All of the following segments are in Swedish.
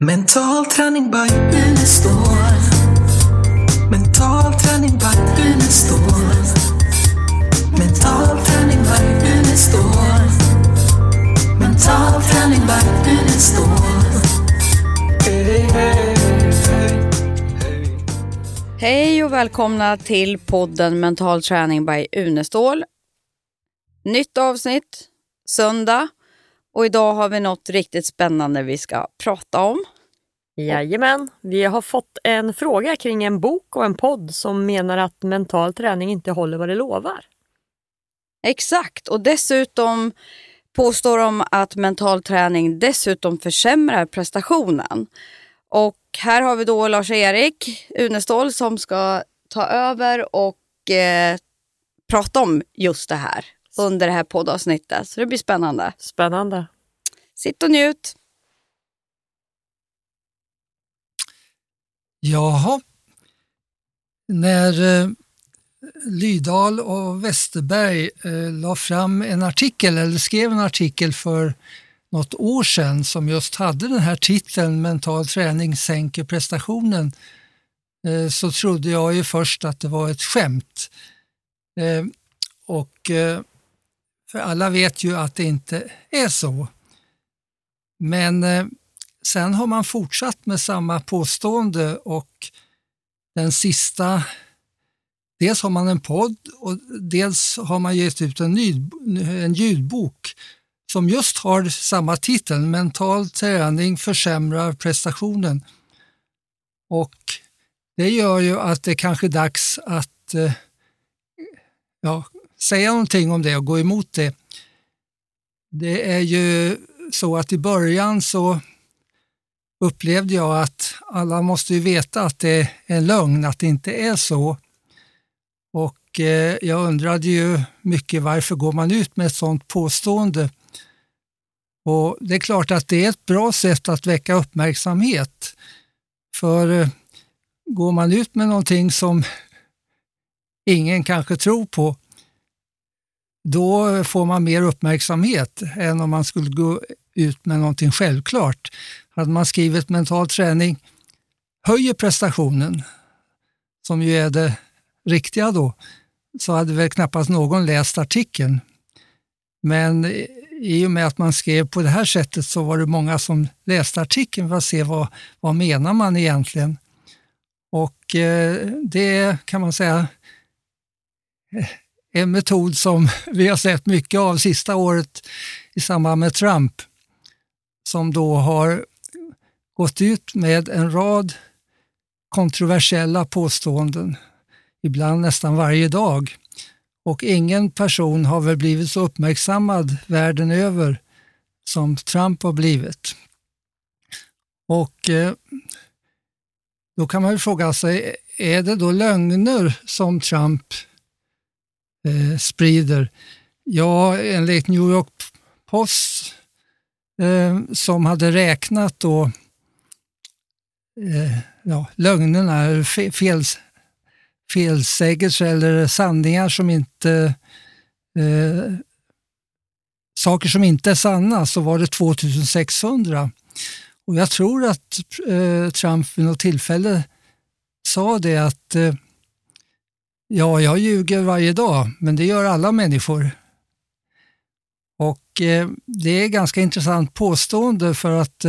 Mental träning by Unestål. Mental träning by Unestål. Mental träning by Unestål. Mental träning by Unestål. Hej och välkomna till podden Mental träning by Unestål. Nytt avsnitt, söndag. Och idag har vi något riktigt spännande vi ska prata om. Jajamän, vi har fått en fråga kring en bok och en podd som menar att mental träning inte håller vad det lovar. Exakt, och dessutom påstår de att mental träning dessutom försämrar prestationen. Och här har vi då Lars-Erik Unestål som ska ta över och prata om just det här under det här poddavsnittet. Så det blir spännande. Spännande. Sitt och njut. Jaha, när Lydahl och Westerberg la fram en artikel eller skrev en artikel för något år sedan som just hade den här titeln Mental träning sänker prestationen, så trodde jag ju först att det var ett skämt. För alla vet ju att det inte är så. Men sen har man fortsatt med samma påstående och den sista, dels har man en podd och dels har man gett ut en ljudbok som just har samma titel, Mental träning försämrar prestationen. Och det gör ju att det kanske är dags att säga någonting om det och gå emot det. Det är ju så att i början så upplevde jag att alla måste ju veta att det är en lögn, att det inte är så. Och jag undrade ju mycket varför går man ut med ett sådant påstående. Och det är klart att det är ett bra sätt att väcka uppmärksamhet. För går man ut med någonting som ingen kanske tror på, då får man mer uppmärksamhet än om man skulle gå ut med någonting självklart. Hade man skrivit mental träning höjer prestationen, som ju är det riktiga då, så hade väl knappast någon läst artikeln. Men i och med att man skrev på det här sättet så var det många som läste artikeln för att se vad menar man egentligen. Och det kan man säga en metod som vi har sett mycket av sista året i samband med Trump, som då har gått ut med en rad kontroversiella påståenden, ibland nästan varje dag. Och ingen person har väl blivit så uppmärksammad världen över som Trump har blivit. Och då kan man ju fråga sig, är det då lögner som Trump sprider? Ja, enligt New York Post som hade räknat då lögnerna, felsägelser eller sanningar som inte saker som inte är sanna, så var det 2600. Och jag tror att Trump vid något tillfälle sa det att jag ljuger varje dag, men det gör alla människor. Och det är ganska intressant påstående, för att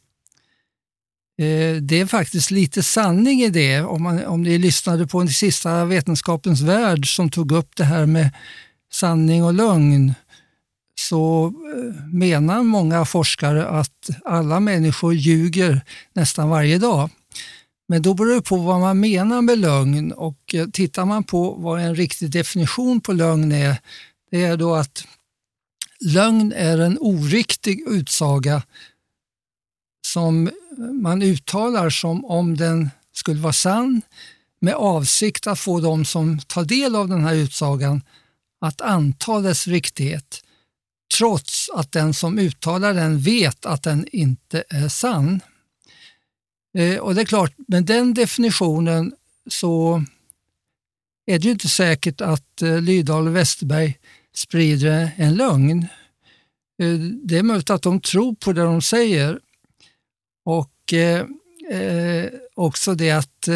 det är faktiskt lite sanning i det. Om ni lyssnade på den sista Vetenskapens värld som tog upp det här med sanning och lögn, så menar många forskare att alla människor ljuger nästan varje dag. Men då beror det på vad man menar med lögn, och tittar man på vad en riktig definition på lögn är, det är då att lögn är en oriktig utsaga som man uttalar som om den skulle vara sann, med avsikt att få de som tar del av den här utsagan att anta dess riktighet, trots att den som uttalar den vet att den inte är sann. Och det är klart, med den definitionen så är det ju inte säkert att Lydahl och Westerberg sprider en lögn. Det är möjligt att de tror på det de säger, och Och också det att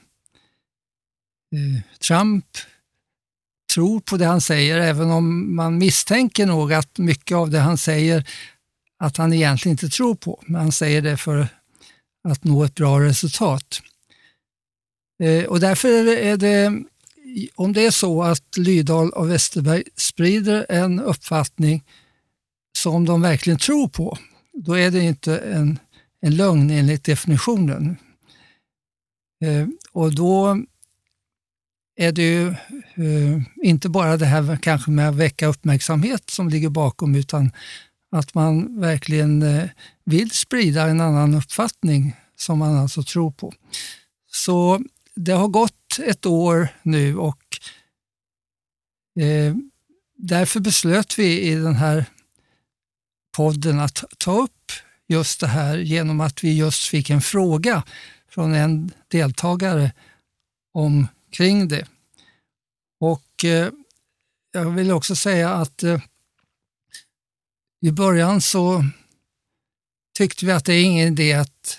Trump tror på det han säger, även om man misstänker nog att mycket av det han säger att han egentligen inte tror på. Men han säger det för att nå ett bra resultat. Och därför är det, om det är så att Lydahl och Westerberg sprider en uppfattning som de verkligen tror på, då är det inte en lögn enligt definitionen. Och då är det ju inte bara det här kanske med att väcka uppmärksamhet som ligger bakom, utan att man verkligen vill sprida en annan uppfattning som man alltså tror på. Så det har gått ett år nu och därför beslöt vi i den här podden att ta upp just det här genom att vi just fick en fråga från en deltagare omkring det. Och jag vill också säga att i början så tyckte vi att det är ingen idé att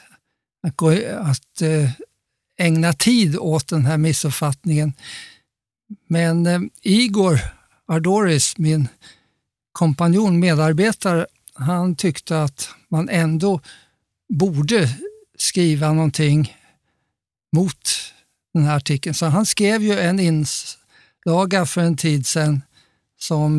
ägna tid åt den här missuppfattningen. Men Igor Ardoris, min kompanjon, medarbetare, han tyckte att man ändå borde skriva någonting mot den här artikeln. Så han skrev ju en inlaga för en tid sedan som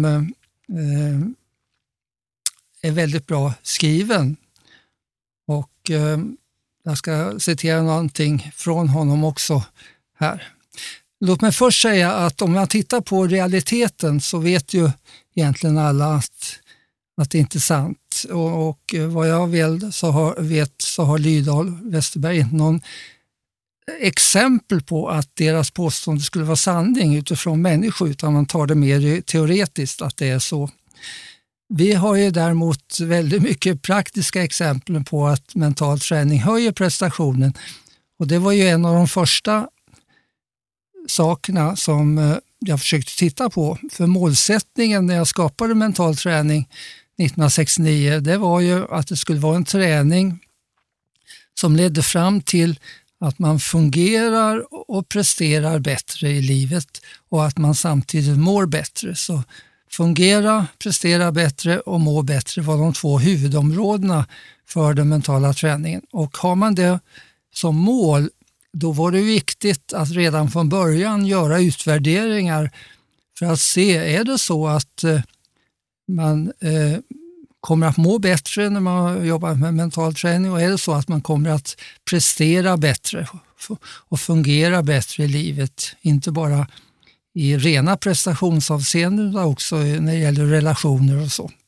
är väldigt bra skriven. Och jag ska citera någonting från honom också här. Låt mig först säga att om man tittar på realiteten så vet ju egentligen alla att det inte är sant. Och vad jag vet så har Lydahl Westerberg inte någon exempel på att deras påstående skulle vara sanning utifrån människor, utan man tar det mer teoretiskt att det är så. Vi har ju däremot väldigt mycket praktiska exempel på att mental träning höjer prestationen, och det var ju en av de första sakerna som jag försökte titta på. För målsättningen när jag skapade mental träning 1969, det var ju att det skulle vara en träning som ledde fram till att man fungerar och presterar bättre i livet och att man samtidigt mår bättre. Så fungera, prestera bättre och må bättre var de två huvudområdena för den mentala träningen. Och har man det som mål, då var det viktigt att redan från början göra utvärderingar för att se, är det så att man kommer att må bättre när man jobbar med mental träning, och är det så att man kommer att prestera bättre och fungera bättre i livet, inte bara i rena prestationsavseenden utan också när det gäller relationer och så.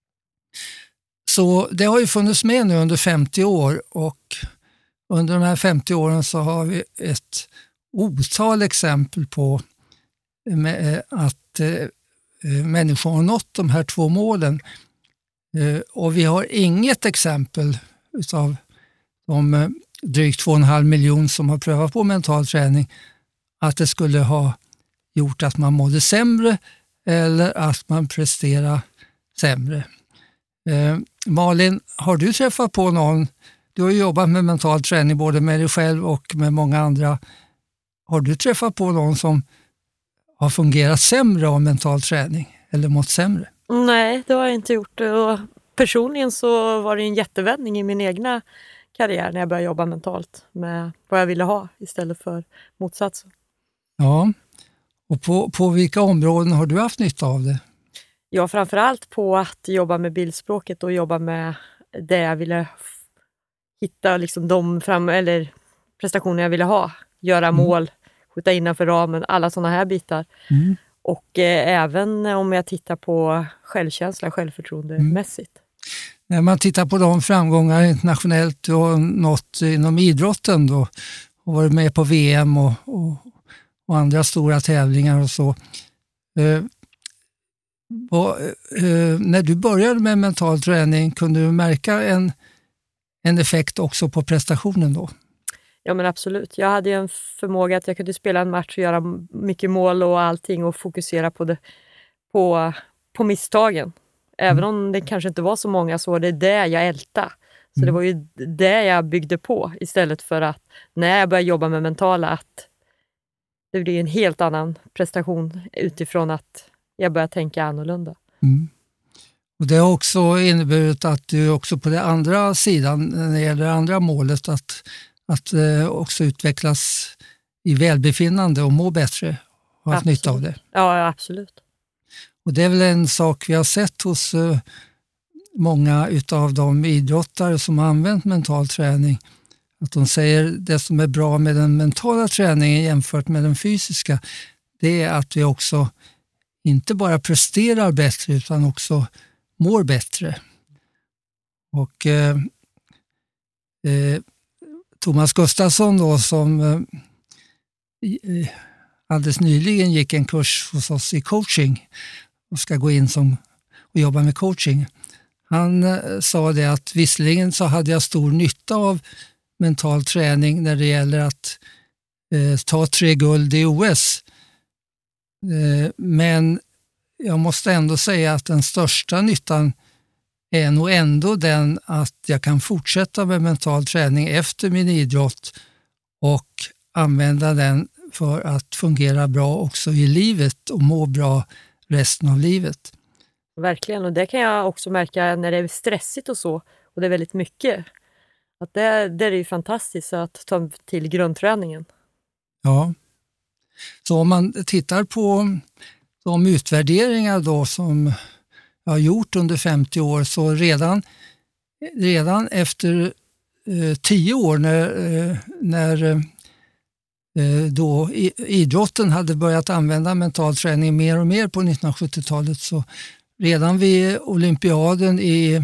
Så det har ju funnits med nu under 50 år, och under de här 50 åren så har vi ett otal exempel på att människor har nått de här två målen. Och vi har inget exempel utav de drygt 2,5 miljoner som har prövat på mental träning att det skulle ha gjort att man mådde sämre eller att man presterar sämre. Malin, har du träffat på någon? Du har ju jobbat med mental träning både med dig själv och med många andra. Har du träffat på någon som har fungerat sämre av mental träning eller mått sämre? Nej, det har jag inte gjort. Och personligen så var det en jättevändning i min egna karriär när jag började jobba mentalt med vad jag ville ha istället för motsatsen. Ja, och på vilka områden har du haft nytta av det? Ja, framförallt på att jobba med bildspråket och jobba med det jag ville hitta, liksom eller prestationer jag ville ha. Göra mål, skjuta innanför ramen, alla sådana här bitar. Mm. Och även om jag tittar på självkänsla, självförtroendemässigt. När man tittar på de framgångar internationellt och något inom idrotten då, och varit med på VM och andra stora tävlingar och så. När du började med mental träning, kunde du märka en effekt också på prestationen då? Ja, men absolut. Jag hade ju en förmåga att jag kunde spela en match och göra mycket mål och allting och fokusera på misstagen. Även om det kanske inte var så många, så var det jag ältade. Så det var ju det jag byggde på istället för att när jag började jobba med mentala att det blir en helt annan prestation utifrån att jag börjar tänka annorlunda. Mm. Och det har också inneburit att du också på den andra sidan, när det gäller det andra målet, att också utvecklas i välbefinnande och må bättre och haft nytta av det. Ja, absolut. Och det är väl en sak vi har sett hos många utav de idrottare som har använt mental träning. Att de säger det som är bra med den mentala träningen jämfört med den fysiska, det är att vi också inte bara presterar bättre utan också mår bättre. Och Thomas Gustafsson då, som alldeles nyligen gick en kurs hos oss i coaching och ska gå in och jobba med coaching. Han sa det att visserligen så hade jag stor nytta av mental träning när det gäller att ta 3 guld i OS. Men jag måste ändå säga att den största nyttan är nog ändå den att jag kan fortsätta med mental träning efter min idrott och använda den för att fungera bra också i livet och må bra resten av livet. Verkligen, och det kan jag också märka när det är stressigt och så, och det är väldigt mycket. Att det är ju fantastiskt att ta till grundträningen. Ja, så om man tittar på de utvärderingar då som jag har gjort under 50 år, så redan efter 10 år när då idrotten hade börjat använda mental träning mer och mer på 1970-talet, så redan vid olympiaden i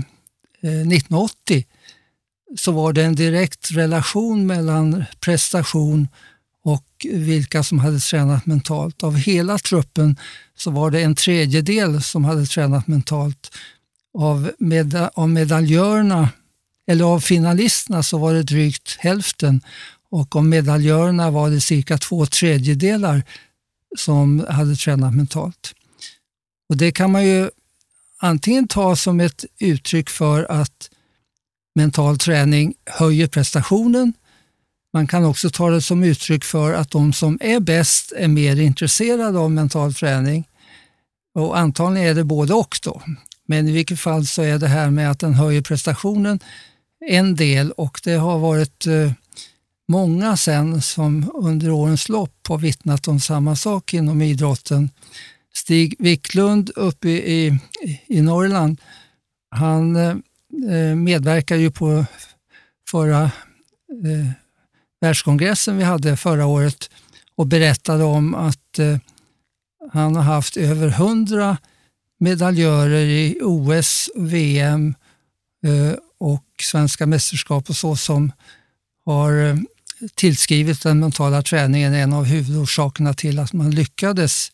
1980 så var det en direkt relation mellan prestation och vilka som hade tränat mentalt. Av hela truppen så var det 1/3 som hade tränat mentalt. Av medaljörerna, eller av finalisterna, så var det drygt hälften, och av medaljörerna var det cirka 2/3 som hade tränat mentalt. Och det kan man ju antingen ta som ett uttryck för att mental träning höjer prestationen. Man kan också ta det som uttryck för att de som är bäst är mer intresserade av mental träning. Och antagligen är det både och då. Men i vilket fall så är det här med att den höjer prestationen en del, och det har varit många sen som under årens lopp har vittnat om samma sak inom idrotten. Stig Wiklund uppe i Norrland, han medverkar ju på förra världskongressen vi hade förra året och berättade om att han har haft över 100 medaljörer i OS, VM och svenska mästerskap och så, som har tillskrivit den mentala träningen en av huvudorsakerna till att man lyckades.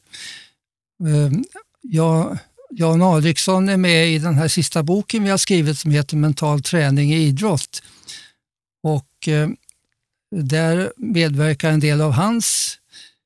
Jan Alriksson är med i den här sista boken vi har skrivit som heter Mental träning i idrott, och där medverkar en del av hans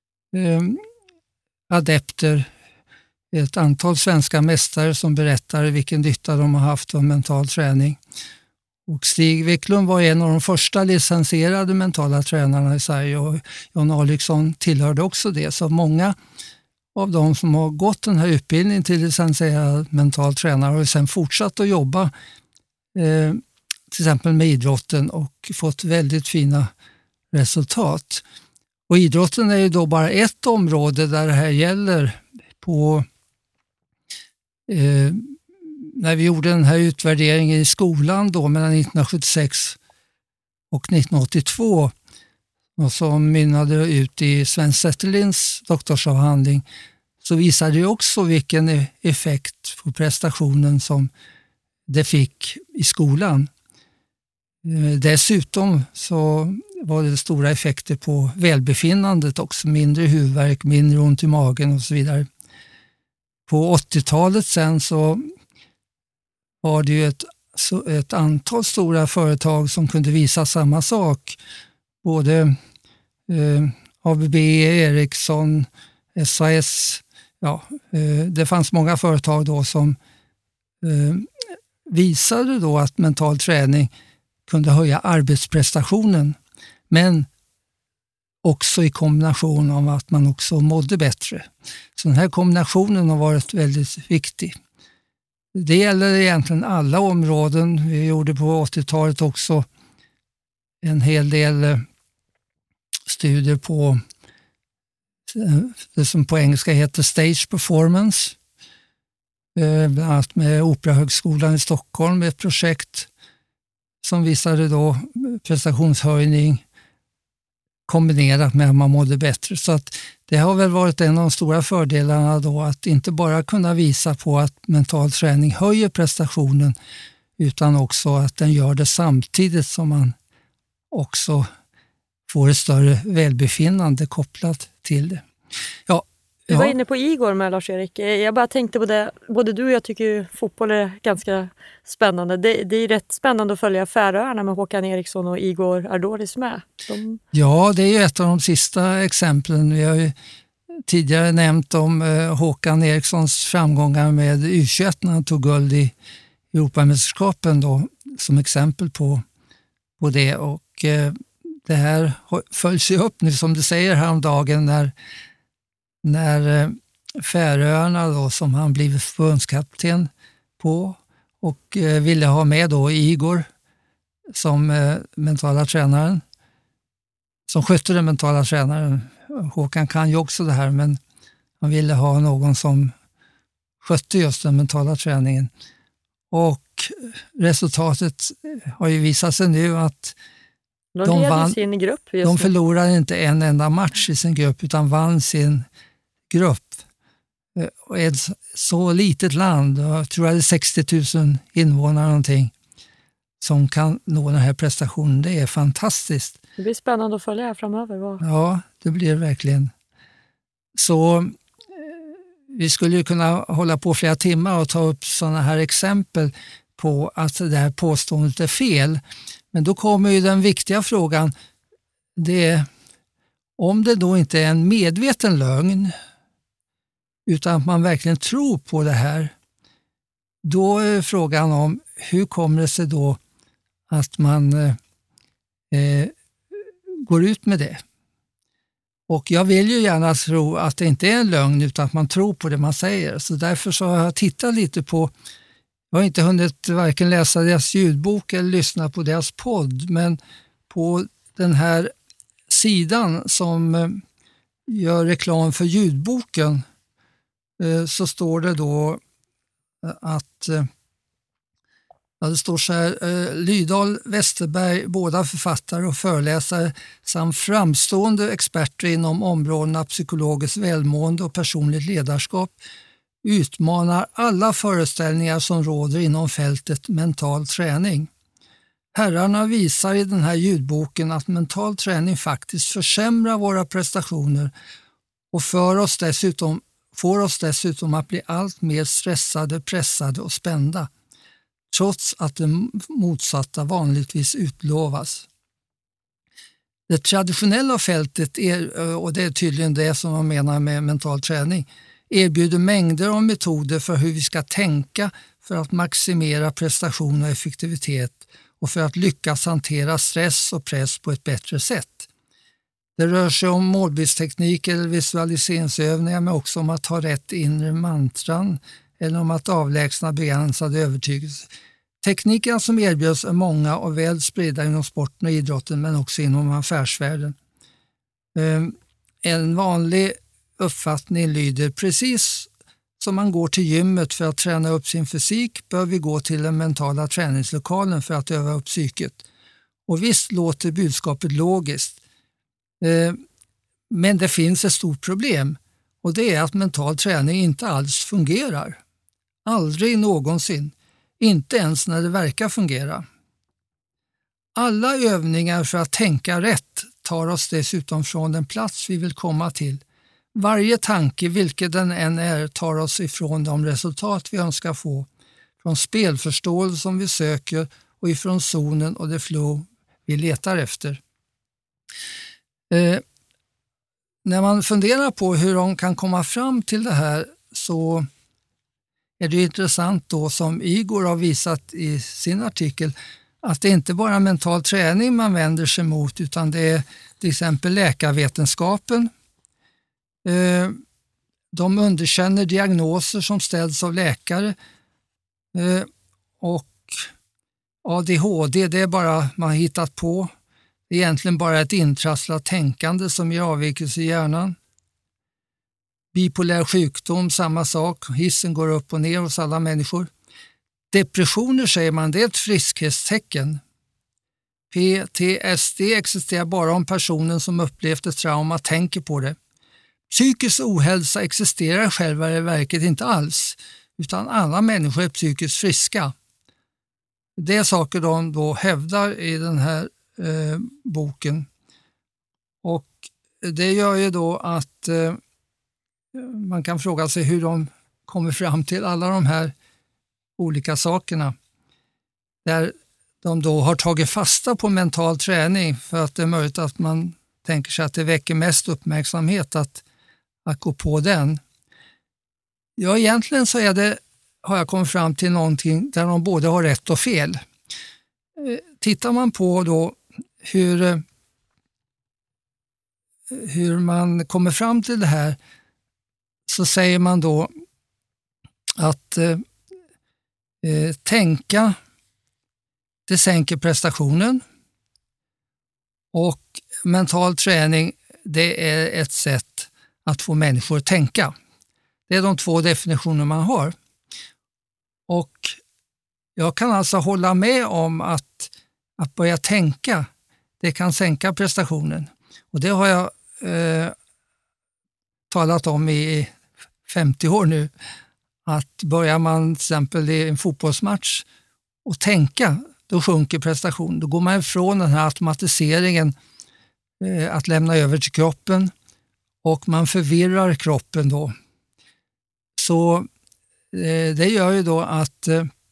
adepter, ett antal svenska mästare som berättar vilken nytta de har haft av mental träning. Och Stig Wiklund var en av de första licensierade mentala tränarna i Sverige, och Jan Alriksson tillhörde också det. Så många av de som har gått den här utbildningen till licensierad mental tränare har sedan fortsatt att jobba till exempel med idrotten och fått väldigt fina resultat. Och idrotten är ju då bara ett område där det här gäller. På när vi gjorde den här utvärderingen i skolan då mellan 1976 och 1982, och som mynnade ut i Sven Zetterlinds doktorsavhandling, så visade det också vilken effekt på prestationen som det fick i skolan. Dessutom så var det stora effekter på välbefinnandet också, mindre huvudvärk, mindre ont i magen och så vidare. På 80-talet sen så var det ju ett antal stora företag som kunde visa samma sak. Både ABB, Ericsson, SAS, det fanns många företag då som visade då att mental träning kunde höja arbetsprestationen, men också i kombination av att man också mådde bättre. Så den här kombinationen har varit väldigt viktig. Det gäller egentligen alla områden. Vi gjorde på 80-talet också en hel del studier på det som på engelska heter stage performance. Bland annat med Operahögskolan i Stockholm med ett projekt som visade då prestationshöjning kombinerat med att man mådde bättre. Så att det har väl varit en av de stora fördelarna då, att inte bara kunna visa på att mental träning höjer prestationen, utan också att den gör det samtidigt som man också får ett större välbefinnande kopplat till det. Ja. Du var inne på Igor med Lars-Erik. Jag bara tänkte på det, både du och jag tycker ju fotboll är ganska spännande. Det är rätt spännande att följa Färöarna med Håkan Eriksson och Igor Ardoris med. Ja, det är ju ett av de sista exemplen. Vi har ju tidigare nämnt om Håkan Erikssons framgångar med U21 när han tog guld i Europamästerskapen då, som exempel på det. Och det här följs ju upp nu, som du säger, häromdagen när Färöarna då, som han blivit förbundskapten på och ville ha med då Igor som mentala tränaren, som skötte den mentala tränaren. Håkan kan ju också det här, men han ville ha någon som skötte just den mentala träningen. Och resultatet har ju visat sig nu att de förlorade inte en enda match i sin grupp utan vann sin grupp. Och ett så litet land, jag tror det är 60 000 invånare någonting, som kan nå den här prestationen. Det är fantastiskt. Det blir spännande att följa här framöver. Ja, det blir det verkligen. Så vi skulle ju kunna hålla på flera timmar och ta upp sådana här exempel på att det här påståendet är fel. Men då kommer ju den viktiga frågan, om det då inte är en medveten lögn, utan att man verkligen tror på det här, då är frågan om hur kommer det sig då att man går ut med det. Och jag vill ju gärna tro att det inte är en lögn utan att man tror på det man säger. Så därför så har jag tittat lite på, jag har inte hunnit varken läsa deras ljudbok eller lyssna på deras podd, men på den här sidan som gör reklam för ljudboken så står det då att det står så här: Lydahl Westerberg, båda författare och föreläsare samt framstående experter inom områdena psykologiskt välmående och personligt ledarskap, utmanar alla föreställningar som råder inom fältet mental träning. Herrarna visar i den här ljudboken att mental träning faktiskt försämrar våra prestationer och får oss dessutom att bli allt mer stressade, pressade och spända, trots att det motsatta vanligtvis utlovas. Det traditionella fältet, och det är tydligen det som man menar med mental träning, erbjuder mängder av metoder för hur vi ska tänka för att maximera prestation och effektivitet och för att lyckas hantera stress och press på ett bättre sätt. Det rör sig om målbildsteknik eller visualiseringsövningar, men också om att ha rätt inre mantran eller om att avlägsna begränsade övertygelser. Teknikerna som erbjuds är många och väl spridda inom sporten och idrotten, men också inom affärsvärlden. En vanlig uppfattning lyder: precis som man går till gymmet för att träna upp sin fysik bör vi gå till den mentala träningslokalen för att öva upp psyket. Och visst låter budskapet logiskt, men det finns ett stort problem, och det är att mental träning inte alls fungerar. Aldrig någonsin, inte ens när det verkar fungera. Alla övningar för att tänka rätt tar oss dessutom från den plats vi vill komma till. Varje tanke, vilket den än är, tar oss ifrån de resultat vi önskar få, från spelförståelse som vi söker och ifrån zonen och det flow vi letar efter. När man funderar på hur de kan komma fram till det här, så är det intressant då, som Igor har visat i sin artikel, att det inte bara är mental träning man vänder sig mot, utan det är till exempel läkarvetenskapen. De underkänner diagnoser som ställs av läkare, och ADHD, det är bara man har hittat på. Det är egentligen bara ett intrasslat tänkande som ger avvikelse i hjärnan. Bipolär sjukdom, samma sak. Hissen går upp och ner hos alla människor. Depressioner säger man, det är ett friskhetstecken. PTSD existerar bara om personen som upplevt ett trauma tänker på det. Psykisk ohälsa existerar själva i verket inte alls, utan alla människor är psykiskt friska. Det är saker de då hävdar i den här boken. Och det gör ju då att man kan fråga sig hur de kommer fram till alla de här olika sakerna. Där de då har tagit fasta på mental träning för att det är möjligt att man tänker sig att det väcker mest uppmärksamhet att gå på den. Ja, egentligen så har jag kommit fram till någonting där de både har rätt och fel. Tittar man på då hur man kommer fram till det här, så säger man då att tänka, det sänker prestationen, och mental träning, det är ett sätt att få människor att tänka. Det är de två definitioner man har. Och jag kan alltså hålla med om att börja tänka, det kan sänka prestationen. Och det har jag talat om i 50 år nu. Att börjar man till exempel i en fotbollsmatch och tänka, då sjunker prestationen. Då går man ifrån den här automatiseringen att lämna över till kroppen, och man förvirrar kroppen då. Så det gör ju då att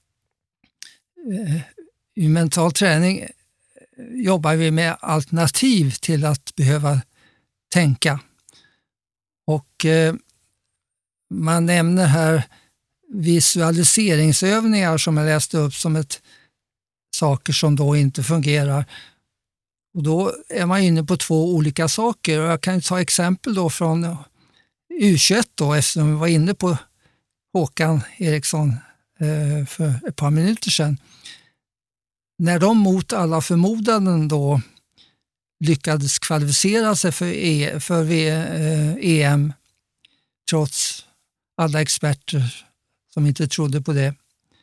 i mental träning jobbar vi med alternativ till att behöva tänka. Och man nämner här visualiseringsövningar som jag läste upp som saker som då inte fungerar. Och då är man inne på två olika saker. Och jag kan ta exempel då från U21 då, eftersom vi var inne på Håkan Eriksson för ett par minuter sedan. När de mot alla förmodanden då lyckades kvalificera sig för EM, trots alla experter som inte trodde på det,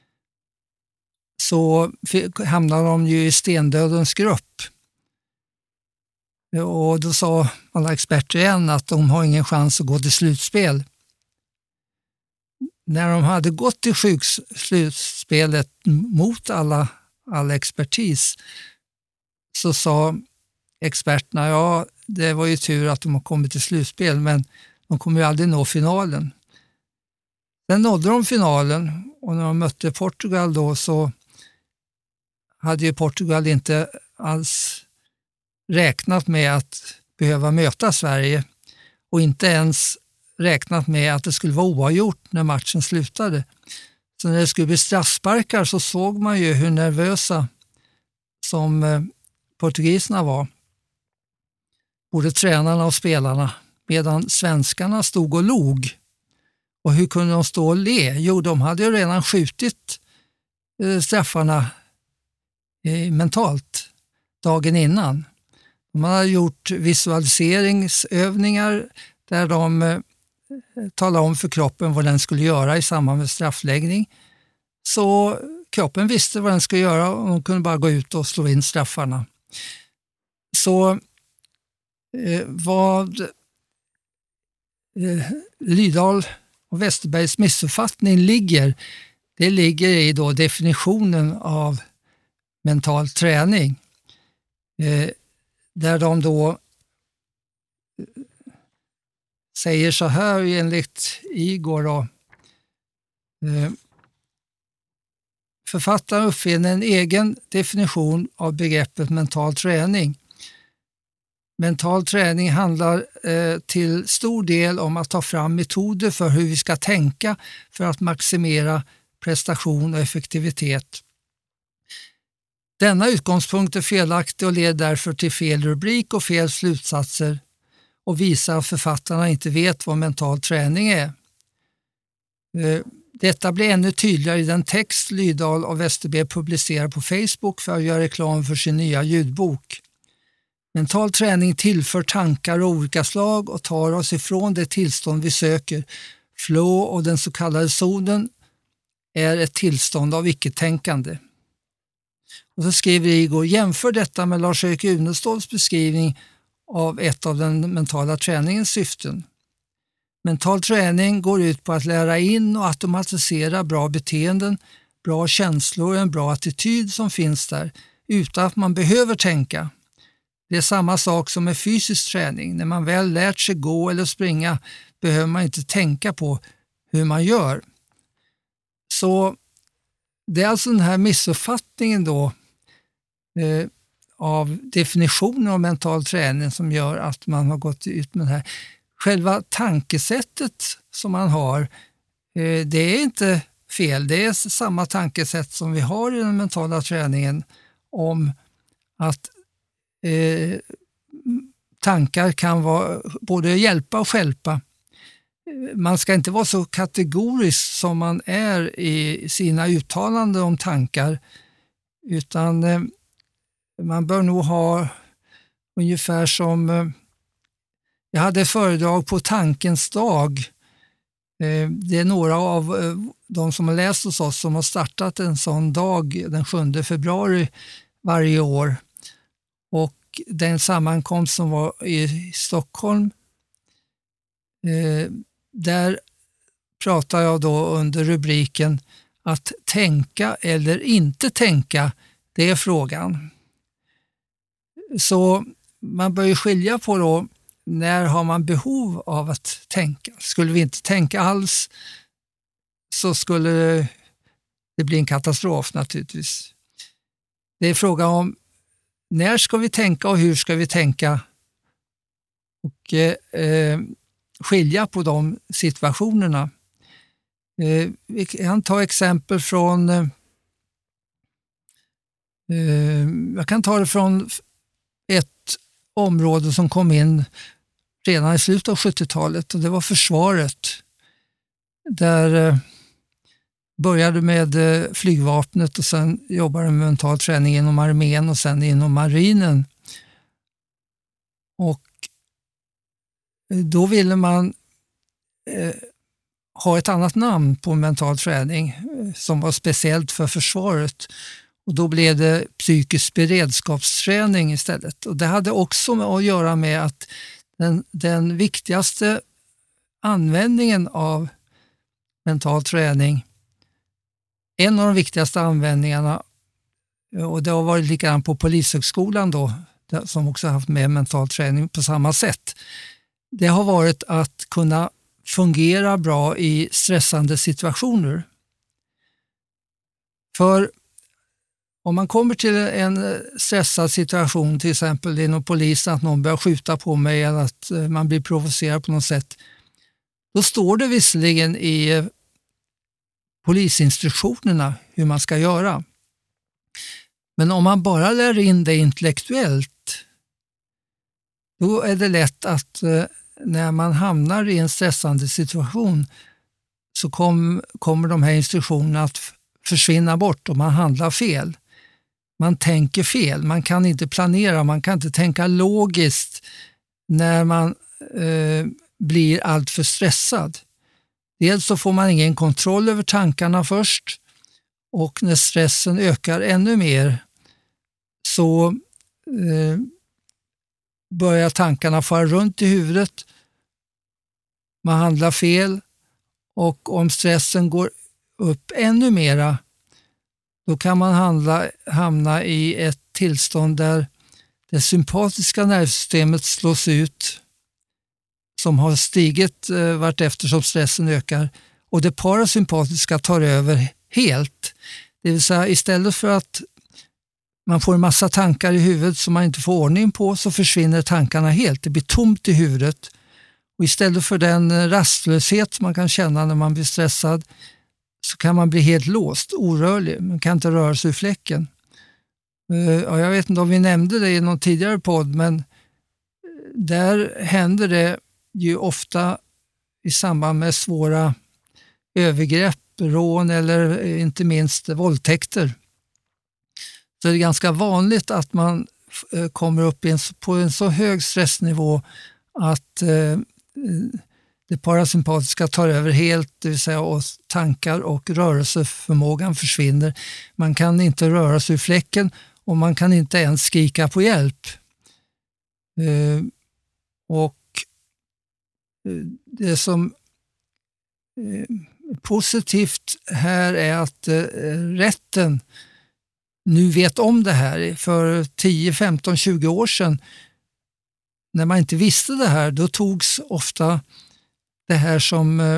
så hamnade de ju i stendödens grupp. Och då sa alla experter igen att de har ingen chans att gå till slutspel. När de hade gått till slutspelet mot alla expertis, så sa experterna, ja, det var ju tur att de har kommit till slutspel, men de kommer ju aldrig nå finalen. Sen nådde de finalen, och när de mötte Portugal då, så hade ju Portugal inte alls räknat med att behöva möta Sverige, och inte ens räknat med att det skulle vara oavgjort när matchen slutade. Så när det skulle bli straffsparkar så såg man ju hur nervösa som portugiserna var. Både tränarna och spelarna. Medan svenskarna stod och log. Och hur kunde de stå och le? Jo, de hade ju redan skjutit straffarna mentalt dagen innan. De hade gjort visualiseringsövningar där de talade om för kroppen vad den skulle göra i samband med straffläggning. Så kroppen visste vad den skulle göra, och de kunde bara gå ut och slå in straffarna. Så vad Lydahl och Westerbergs missuppfattning ligger i då definitionen av mental träning. Där de då säger så här enligt Igor då. Författaren uppfinner en egen definition av begreppet mental träning. Mental träning handlar till stor del om att ta fram metoder för hur vi ska tänka för att maximera prestation och effektivitet. Denna utgångspunkt är felaktig och leder därför till fel rubrik och fel slutsatser och visar att författarna inte vet vad mental träning är. Detta blir ännu tydligare i den text Lydahl och Westerberg publicerar på Facebook för att göra reklam för sin nya ljudbok. Mental träning tillför tankar av olika slag och tar oss ifrån det tillstånd vi söker. Flow och den så kallade zonen är ett tillstånd av icke-tänkande. Och så skriver Igor, jämför detta med Lars-Erik Uneståls beskrivning av ett av den mentala träningens syften. Mental träning går ut på att lära in och automatisera bra beteenden, bra känslor och en bra attityd som finns där utan att man behöver tänka. Det är samma sak som med fysisk träning. När man väl lärt sig gå eller springa behöver man inte tänka på hur man gör. Så det är alltså den här missuppfattningen då av definitionen av mental träning som gör att man har gått ut med det här. Själva tankesättet som man har, det är inte fel. Det är samma tankesätt som vi har i den mentala träningen om att tankar kan vara både hjälpa och stjälpa. Man ska inte vara så kategorisk som man är i sina uttalanden om tankar, utan man bör nog ha ungefär som jag hade ett föredrag på Tankens dag. Det är några av de som har läst hos oss som har startat en sån dag den 7 februari varje år. Och den sammankomst som var i Stockholm, där pratar jag då under rubriken att tänka eller inte tänka, det är frågan. Så man bör ju skilja på då, när har man behov av att tänka? Skulle vi inte tänka alls så skulle det bli en katastrof naturligtvis. Det är fråga om när ska vi tänka och hur ska vi tänka, och skilja på de situationerna. Vi kan ta exempel från jag kan ta det från ett område som kom in redan i slutet av 70-talet, och det var försvaret. Där började med flygvapnet och sen jobbade med mental träning inom armén och sen inom marinen. Och då ville man ha ett annat namn på mental träning som var speciellt för försvaret. Och då blev det psykisk beredskapsträning istället. Och det hade också att göra med att den viktigaste användningen av mental träning, en av de viktigaste användningarna, och det har varit likadant på Polishögskolan då, som också haft med mental träning på samma sätt, det har varit att kunna fungera bra i stressande situationer. För om man kommer till en stressad situation, till exempel inom polisen, att någon börjar skjuta på mig eller att man blir provocerad på något sätt, då står det visserligen i polisinstruktionerna hur man ska göra. Men om man bara lär in det intellektuellt, då är det lätt att när man hamnar i en stressande situation så kommer de här instruktionerna att försvinna bort och man handlar fel. Man tänker fel, man kan inte planera, man kan inte tänka logiskt när man blir allt för stressad. Dels så får man ingen kontroll över tankarna först, och när stressen ökar ännu mer så börjar tankarna fara runt i huvudet. Man handlar fel, och om stressen går upp ännu mera, då kan man hamna i ett tillstånd där det sympatiska nervsystemet slås ut, som har stigit vart eftersom stressen ökar, och det parasympatiska tar över helt. Det vill säga, istället för att man får en massa tankar i huvudet som man inte får ordning på, så försvinner tankarna helt. Det blir tomt i huvudet, och istället för den rastlöshet man kan känna när man blir stressad, så kan man bli helt låst, orörlig. Man kan inte röra sig ur fläcken. Jag vet inte om vi nämnde det i någon tidigare podd, men där händer det ju ofta i samband med svåra övergrepp, rån eller inte minst våldtäkter. Så det är ganska vanligt att man kommer upp på en så hög stressnivå att det parasympatiska tar över helt, det vill säga och tankar och rörelseförmågan försvinner. Man kan inte röra sig ur fläcken och man kan inte ens skrika på hjälp. Och det som positivt här är att rätten nu vet om det här. För 10, 15, 20 år sedan när man inte visste det här, då togs ofta det här som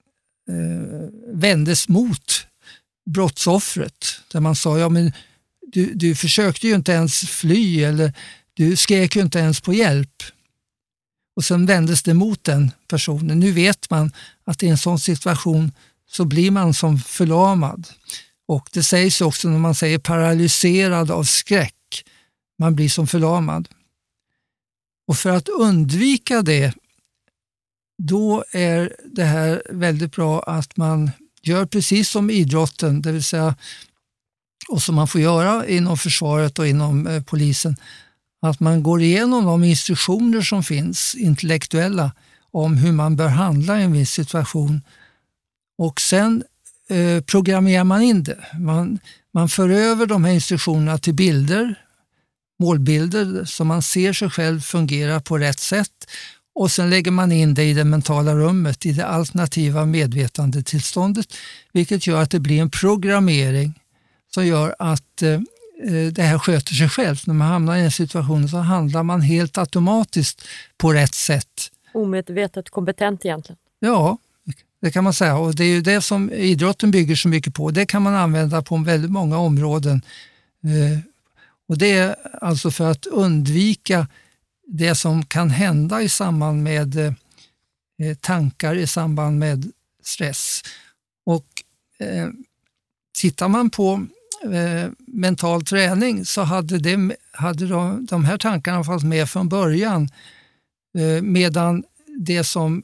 vändes mot brottsoffret. Där man sa, ja men du försökte ju inte ens fly eller du skrek ju inte ens på hjälp. Och sen vändes det mot den personen. Nu vet man att i en sån situation så blir man som förlamad. Och det sägs också när man säger paralyserad av skräck. Man blir som förlamad. Och för att undvika det, då är det här väldigt bra att man gör precis som idrotten, det vill säga, och som man får göra inom försvaret och inom polisen, att man går igenom de instruktioner som finns, intellektuella, om hur man bör handla i en viss situation. Och sen programmerar man in det. Man för över de här instruktionerna till bilder, målbilder, så man ser sig själv fungera på rätt sätt. Och sen lägger man in det i det mentala rummet, i det alternativa medvetandetillståndet, vilket gör att det blir en programmering som gör att det här sköter sig själv. När man hamnar i en situation så handlar man helt automatiskt på rätt sätt. Omedvetet kompetent egentligen. Ja, det kan man säga. Och det är ju det som idrotten bygger så mycket på. Det kan man använda på väldigt många områden. Och det är alltså för att undvika det som kan hända i samband med tankar, i samband med stress. Och tittar man på mental träning så hade de här tankarna fått med från början, medan det som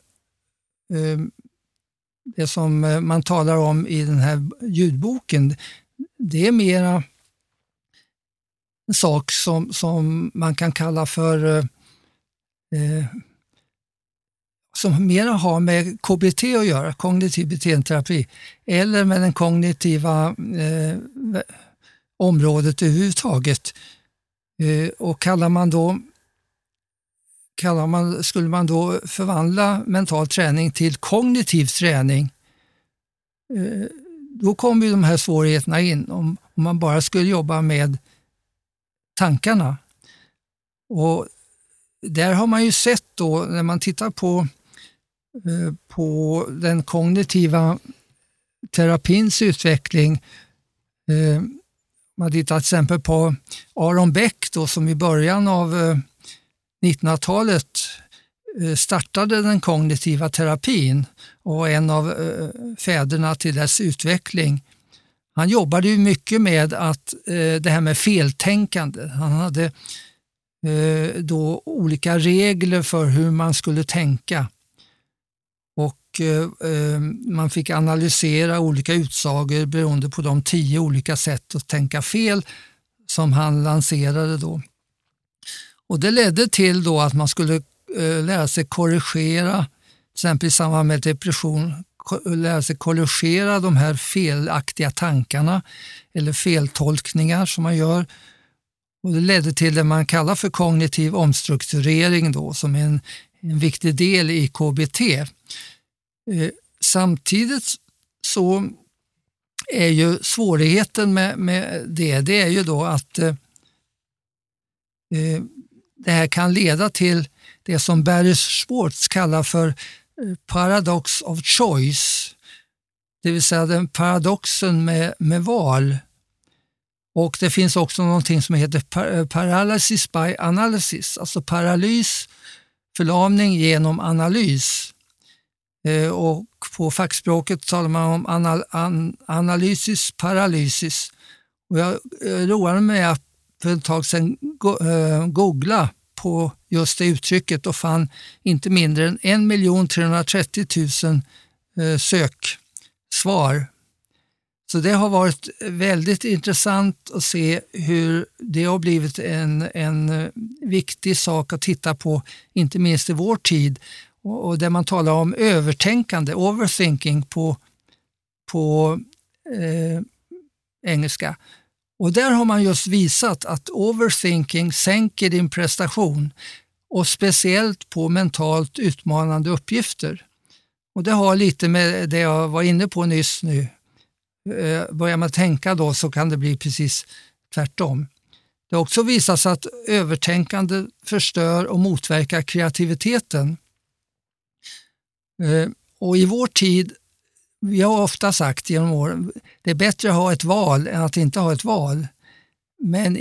man talar om i den här ljudboken, det är mera en sak som man kan kalla för som mera har med KBT att göra, kognitiv beteendeterapi, eller med den kognitiva området överhuvudtaget. Och skulle man då förvandla mental träning till kognitiv träning, då kommer ju de här svårigheterna in om man bara skulle jobba med tankarna. Och där har man ju sett då, när man tittar på den kognitiva terapins utveckling, man tittar till exempel på Aaron Beck då, som i början av 1900-talet startade den kognitiva terapin och en av fäderna till dess utveckling. Han jobbade ju mycket med att det här med feltänkande. Han hade då olika regler för hur man skulle tänka. Och man fick analysera olika utsagor beroende på de 10 olika sätt att tänka fel som han lanserade då. Och det ledde till då att man skulle lära sig korrigera, till exempel i samband med depression, lära sig korrigera de här felaktiga tankarna eller feltolkningar som man gör. Och det ledde till det man kallar för kognitiv omstrukturering då, som är en viktig del i KBT. Samtidigt så är ju svårigheten med det är ju då att det här kan leda till det som Barry Schwartz kallar för paradox of choice, det vill säga den paradoxen med val. Och det finns också någonting som heter paralysis by analysis, alltså paralys, förlamning genom analys. Och på fackspråket talar man om analysis paralysis. Och jag roar mig med att för ett tag sedan googla på just det uttrycket och fann inte mindre än 1 330 000 söksvar. Så det har varit väldigt intressant att se hur det har blivit en viktig sak att titta på, inte minst i vår tid. Och där man talar om övertänkande, overthinking på engelska. Och där har man just visat att overthinking sänker din prestation och speciellt på mentalt utmanande uppgifter. Och det har lite med det jag var inne på nyss nu. Börjar man tänka då så kan det bli precis tvärtom. Det har också visat sig att övertänkande förstör och motverkar kreativiteten. Och i vår tid, vi har ofta sagt genom åren, det är bättre att ha ett val än att inte ha ett val. Men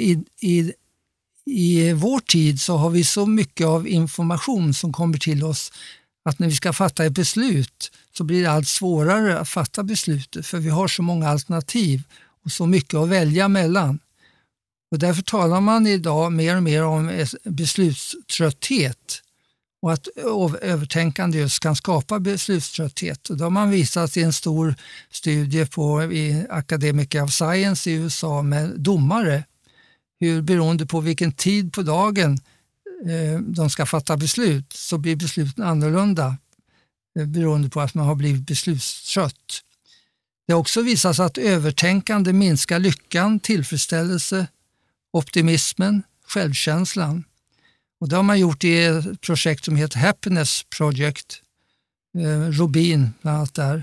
i vår tid så har vi så mycket av information som kommer till oss att när vi ska fatta ett beslut så blir det allt svårare att fatta beslutet, för vi har så många alternativ och så mycket att välja mellan. Och därför talar man idag mer och mer om beslutströtthet och att övertänkande just kan skapa beslutströtthet. Och då har man visat i en stor studie i Academy of Science i USA med domare hur beroende på vilken tid på dagen de ska fatta beslut så blir besluten annorlunda beroende på att man har blivit beslutstrött. Det har också visat sig att övertänkande minskar lyckan, tillfredsställelse, optimismen, självkänslan. Och det har man gjort i ett projekt som heter Happiness Project, Robin bland annat där.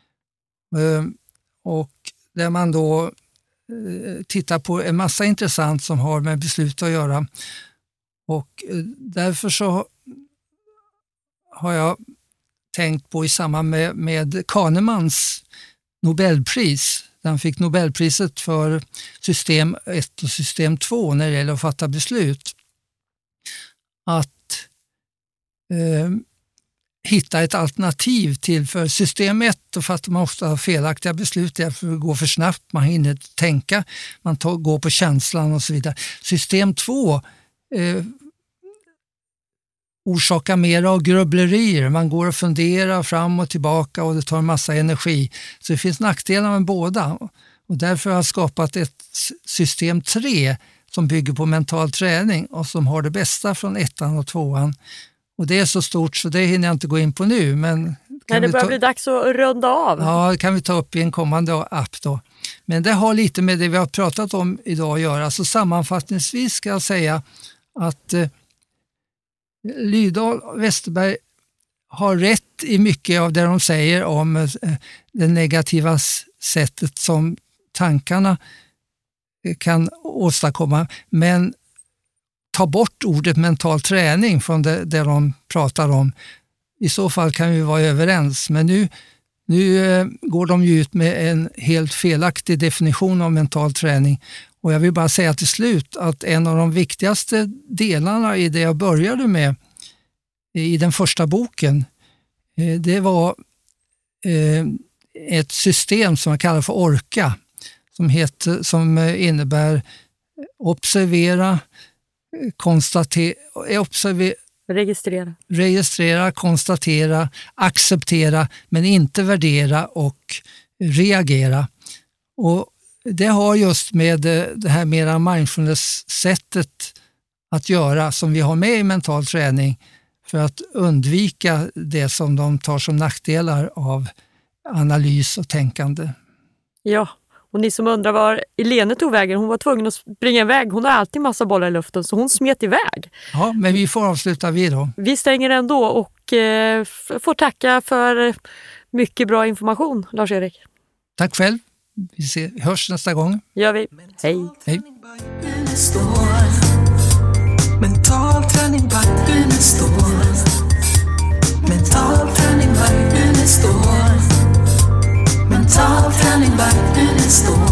Och där man då tittar på en massa intressant som har med beslut att göra. Och därför så har jag tänkt på i samband med Kahnemans Nobelpris. Han fick Nobelpriset för system 1 och system 2 när det gäller att fatta beslut. Att hitta ett alternativ till, för system 1 då fattar man ofta felaktiga beslut därför att det går för snabbt, man hinner tänka, man går på känslan och så vidare. System 2 orsakar mer av grubblerier, man går och funderar fram och tillbaka och det tar en massa energi. Så det finns nackdelar med båda och därför har jag skapat ett system 3 som bygger på mental träning och som har det bästa från 1:an och 2:an. Och det är så stort så det hinner jag inte gå in på nu. Men det börjar bli dags att runda av. Ja, det kan vi ta upp i en kommande app då. Men det har lite med det vi har pratat om idag att göra. Så sammanfattningsvis ska jag säga att Lydahl och Westerberg har rätt i mycket av det de säger om det negativa sättet som tankarna kan åstadkomma. Men ta bort ordet mental träning från det de pratar om. I så fall kan vi vara överens. Men nu går de ju ut med en helt felaktig definition av mental träning. Och jag vill bara säga till slut att en av de viktigaste delarna i det jag började med i den första boken, det var ett system som jag kallar för ORCA, som innebär observera, registrera, konstatera, acceptera men inte värdera och reagera. Och det har just med det här mera mindfulness-sättet att göra som vi har med i mental träning för att undvika det som de tar som nackdelar av analys och tänkande. Ja, och ni som undrar var Elene tog vägen, hon var tvungen att springa iväg. Hon har alltid massa bollar i luften så hon smet iväg. Ja, men vi får avsluta då. Vi stänger ändå och får tacka för mycket bra information, Lars-Erik. Tack själv. Vi hörs nästa gång. Gör vi. Hej. Hej. Mental träning by Unestål. Mental träning by Unestål. Mental träning by Unestål.